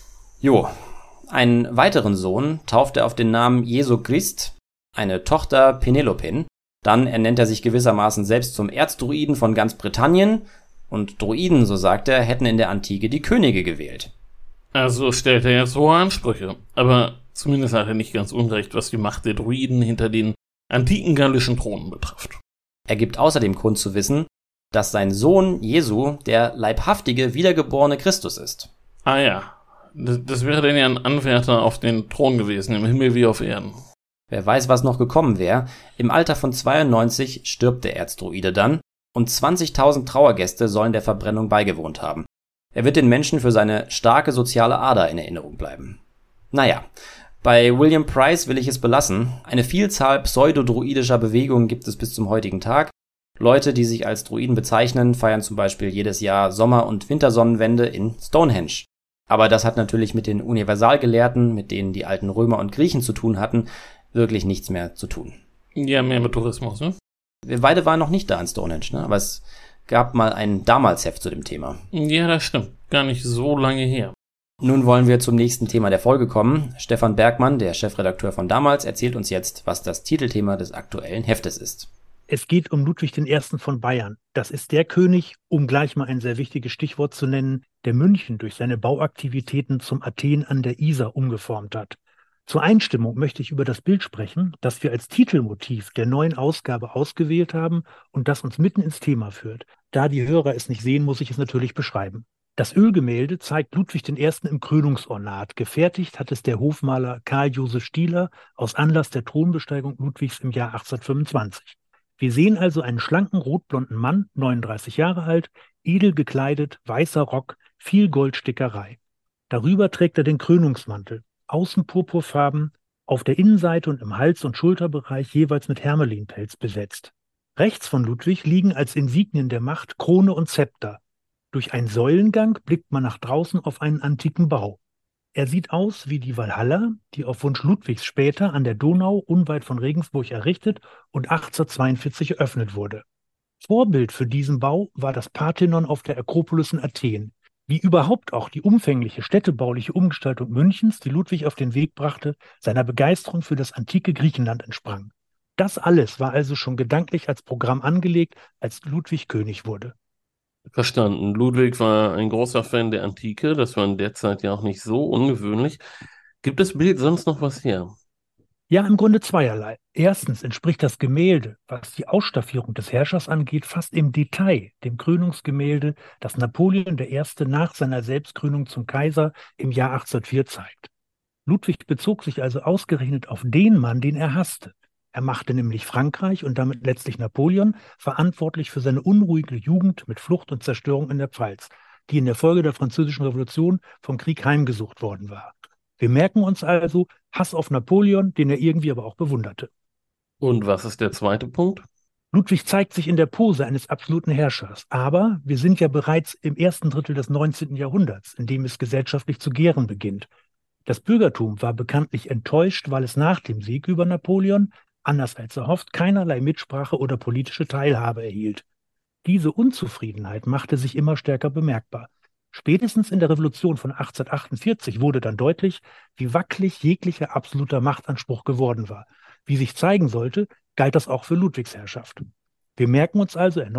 Jo, einen weiteren Sohn tauft er auf den Namen Jesu Christ, eine Tochter Penelopin. Dann ernennt er sich gewissermaßen selbst zum Erzdruiden von ganz Britannien und Druiden, so sagt er, hätten in der Antike die Könige gewählt. Also stellt er jetzt hohe Ansprüche, aber zumindest hat er nicht ganz unrecht, was die Macht der Druiden hinter den antiken gallischen Thronen betrifft. Er gibt außerdem Grund zu wissen, dass sein Sohn Jesu der leibhaftige, wiedergeborene Christus ist. Ah ja, das, das wäre dann ja ein Anwärter auf den Thron gewesen, im Himmel wie auf Erden. Wer weiß, was noch gekommen wäre. Im Alter von zweiundneunzig stirbt der Erzdruide dann und zwanzigtausend Trauergäste sollen der Verbrennung beigewohnt haben. Er wird den Menschen für seine starke soziale Ader in Erinnerung bleiben. Naja, bei William Price will ich es belassen. Eine Vielzahl pseudodruidischer Bewegungen gibt es bis zum heutigen Tag. Leute, die sich als Druiden bezeichnen, feiern zum Beispiel jedes Jahr Sommer- und Wintersonnenwende in Stonehenge. Aber das hat natürlich mit den Universalgelehrten, mit denen die alten Römer und Griechen zu tun hatten, wirklich nichts mehr zu tun. Ja, mehr mit Tourismus, ne? Wir beide waren noch nicht da in Stonehenge, ne? Aber es gab mal ein Damalsheft zu dem Thema. Ja, das stimmt. Gar nicht so lange her. Nun wollen wir zum nächsten Thema der Folge kommen. Stefan Bergmann, der Chefredakteur von Damals, erzählt uns jetzt, was das Titelthema des aktuellen Heftes ist. Es geht um Ludwig der Erste von Bayern. Das ist der König, um gleich mal ein sehr wichtiges Stichwort zu nennen, der München durch seine Bauaktivitäten zum Athen an der Isar umgeformt hat. Zur Einstimmung möchte ich über das Bild sprechen, das wir als Titelmotiv der neuen Ausgabe ausgewählt haben und das uns mitten ins Thema führt. Da die Hörer es nicht sehen, muss ich es natürlich beschreiben. Das Ölgemälde zeigt Ludwig der Erste im Krönungsornat. Gefertigt hat es der Hofmaler Karl Josef Stieler aus Anlass der Thronbesteigung Ludwigs im Jahr achtzehnhundertfünfundzwanzig. Wir sehen also einen schlanken, rotblonden Mann, neununddreißig Jahre alt, edel gekleidet, weißer Rock, viel Goldstickerei. Darüber trägt er den Krönungsmantel, außen purpurfarben, auf der Innenseite und im Hals- und Schulterbereich jeweils mit Hermelinpelz besetzt. Rechts von Ludwig liegen als Insignien der Macht Krone und Zepter. Durch einen Säulengang blickt man nach draußen auf einen antiken Bau. Er sieht aus wie die Walhalla, die auf Wunsch Ludwigs später an der Donau unweit von Regensburg errichtet und achtzehnhundertzweiundvierzig eröffnet wurde. Vorbild für diesen Bau war das Parthenon auf der Akropolis in Athen, wie überhaupt auch die umfängliche städtebauliche Umgestaltung Münchens, die Ludwig auf den Weg brachte, seiner Begeisterung für das antike Griechenland entsprang. Das alles war also schon gedanklich als Programm angelegt, als Ludwig König wurde. Verstanden. Ludwig war ein großer Fan der Antike, das war in der Zeit ja auch nicht so ungewöhnlich. Gibt das Bild sonst noch was her? Ja, im Grunde zweierlei. Erstens entspricht das Gemälde, was die Ausstaffierung des Herrschers angeht, fast im Detail dem Krönungsgemälde, das Napoleon der Erste nach seiner Selbstkrönung zum Kaiser im Jahr achtzehnhundertvier zeigt. Ludwig bezog sich also ausgerechnet auf den Mann, den er hasste. Er machte nämlich Frankreich und damit letztlich Napoleon verantwortlich für seine unruhige Jugend mit Flucht und Zerstörung in der Pfalz, die in der Folge der Französischen Revolution vom Krieg heimgesucht worden war. Wir merken uns also Hass auf Napoleon, den er irgendwie aber auch bewunderte. Und was ist der zweite Punkt? Ludwig zeigt sich in der Pose eines absoluten Herrschers. Aber wir sind ja bereits im ersten Drittel des neunzehnten. Jahrhunderts, in dem es gesellschaftlich zu gären beginnt. Das Bürgertum war bekanntlich enttäuscht, weil es nach dem Sieg über Napoleon, anders als erhofft, keinerlei Mitsprache oder politische Teilhabe erhielt. Diese Unzufriedenheit machte sich immer stärker bemerkbar. Spätestens in der Revolution von achtzehnhundertachtundvierzig wurde dann deutlich, wie wackelig jeglicher absoluter Machtanspruch geworden war. Wie sich zeigen sollte, galt das auch für Ludwigs Herrschaft. Wir merken uns also erneut,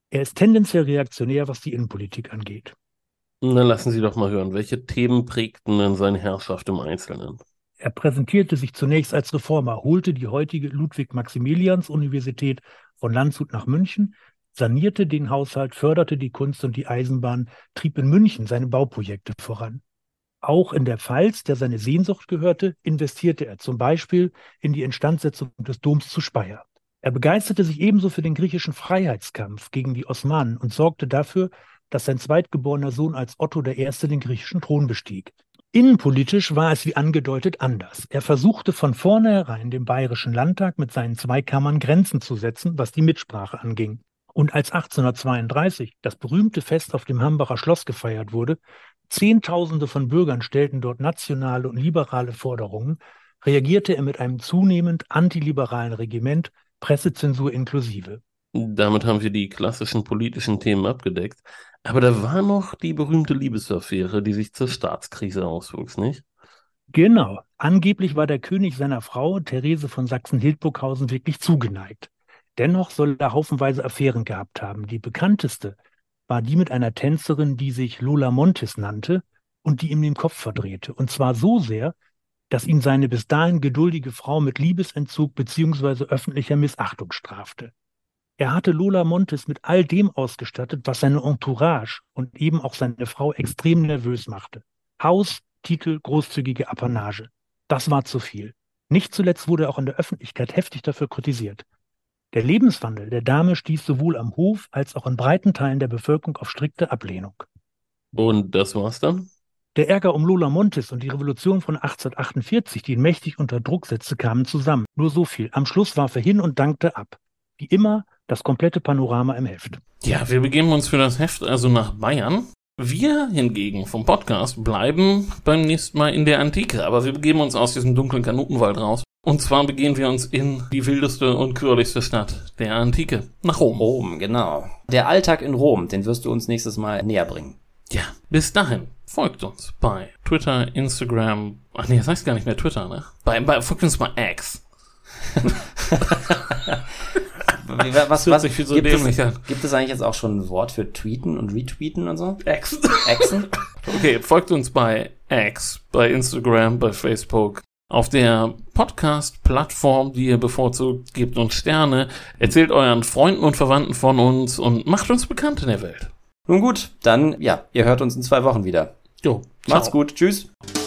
Er ist tendenziell reaktionär, was die Innenpolitik angeht. Na, lassen Sie doch mal hören, welche Themen prägten denn seine Herrschaft im Einzelnen? Er präsentierte sich zunächst als Reformer, holte die heutige Ludwig-Maximilians-Universität von Landshut nach München, sanierte den Haushalt, förderte die Kunst und die Eisenbahn, trieb in München seine Bauprojekte voran. Auch in der Pfalz, der seine Sehnsucht gehörte, investierte er zum Beispiel in die Instandsetzung des Doms zu Speyer. Er begeisterte sich ebenso für den griechischen Freiheitskampf gegen die Osmanen und sorgte dafür, dass sein zweitgeborener Sohn als Otto der Erste den griechischen Thron bestieg. Innenpolitisch war es wie angedeutet anders. Er versuchte von vornherein dem Bayerischen Landtag mit seinen zwei Kammern Grenzen zu setzen, was die Mitsprache anging. Und als achtzehnhundertzweiunddreißig das berühmte Fest auf dem Hambacher Schloss gefeiert wurde, Zehntausende von Bürgern stellten dort nationale und liberale Forderungen, reagierte er mit einem zunehmend antiliberalen Regiment, Pressezensur inklusive. Damit haben wir die klassischen politischen Themen abgedeckt. Aber da war noch die berühmte Liebesaffäre, die sich zur Staatskrise auswuchs, nicht? Genau. Angeblich war der König seiner Frau, Therese von Sachsen-Hildburghausen, wirklich zugeneigt. Dennoch soll er haufenweise Affären gehabt haben. Die bekannteste war die mit einer Tänzerin, die sich Lola Montes nannte und die ihm den Kopf verdrehte. Und zwar so sehr, dass ihn seine bis dahin geduldige Frau mit Liebesentzug bzw. öffentlicher Missachtung strafte. Er hatte Lola Montes mit all dem ausgestattet, was seine Entourage und eben auch seine Frau extrem nervös machte. Haus, Titel, großzügige Apanage. Das war zu viel. Nicht zuletzt wurde er auch in der Öffentlichkeit heftig dafür kritisiert. Der Lebenswandel der Dame stieß sowohl am Hof als auch in breiten Teilen der Bevölkerung auf strikte Ablehnung. Und das war's dann? Der Ärger um Lola Montes und die Revolution von achtzehnhundertachtundvierzig, die ihn mächtig unter Druck setzte, kamen zusammen. Nur so viel. Am Schluss warf er hin und dankte ab. Wie immer das komplette Panorama im Heft. Ja, wir begeben uns für das Heft also nach Bayern. Wir hingegen vom Podcast bleiben beim nächsten Mal in der Antike, aber wir begeben uns aus diesem dunklen Kanutenwald raus. Und zwar begeben wir uns in die wildeste und quirligste Stadt der Antike, nach Rom. Rom, genau. Der Alltag in Rom, den wirst du uns nächstes Mal näher bringen. Ja, bis dahin, folgt uns bei Twitter, Instagram, ach nee, das heißt gar nicht mehr Twitter, ne? Bei, bei folgt uns bei X. Was, was, sich viel so gibt, dämlich es, an. gibt es eigentlich jetzt auch schon ein Wort für Tweeten und Retweeten und so? X. Exen? Okay, folgt uns bei X, bei Instagram, bei Facebook, auf der Podcast-Plattform, die ihr bevorzugt, gebt uns Sterne, erzählt euren Freunden und Verwandten von uns und macht uns bekannt in der Welt. Nun gut, dann, ja, ihr hört uns in zwei Wochen wieder. Jo, Macht's ciao. gut, tschüss.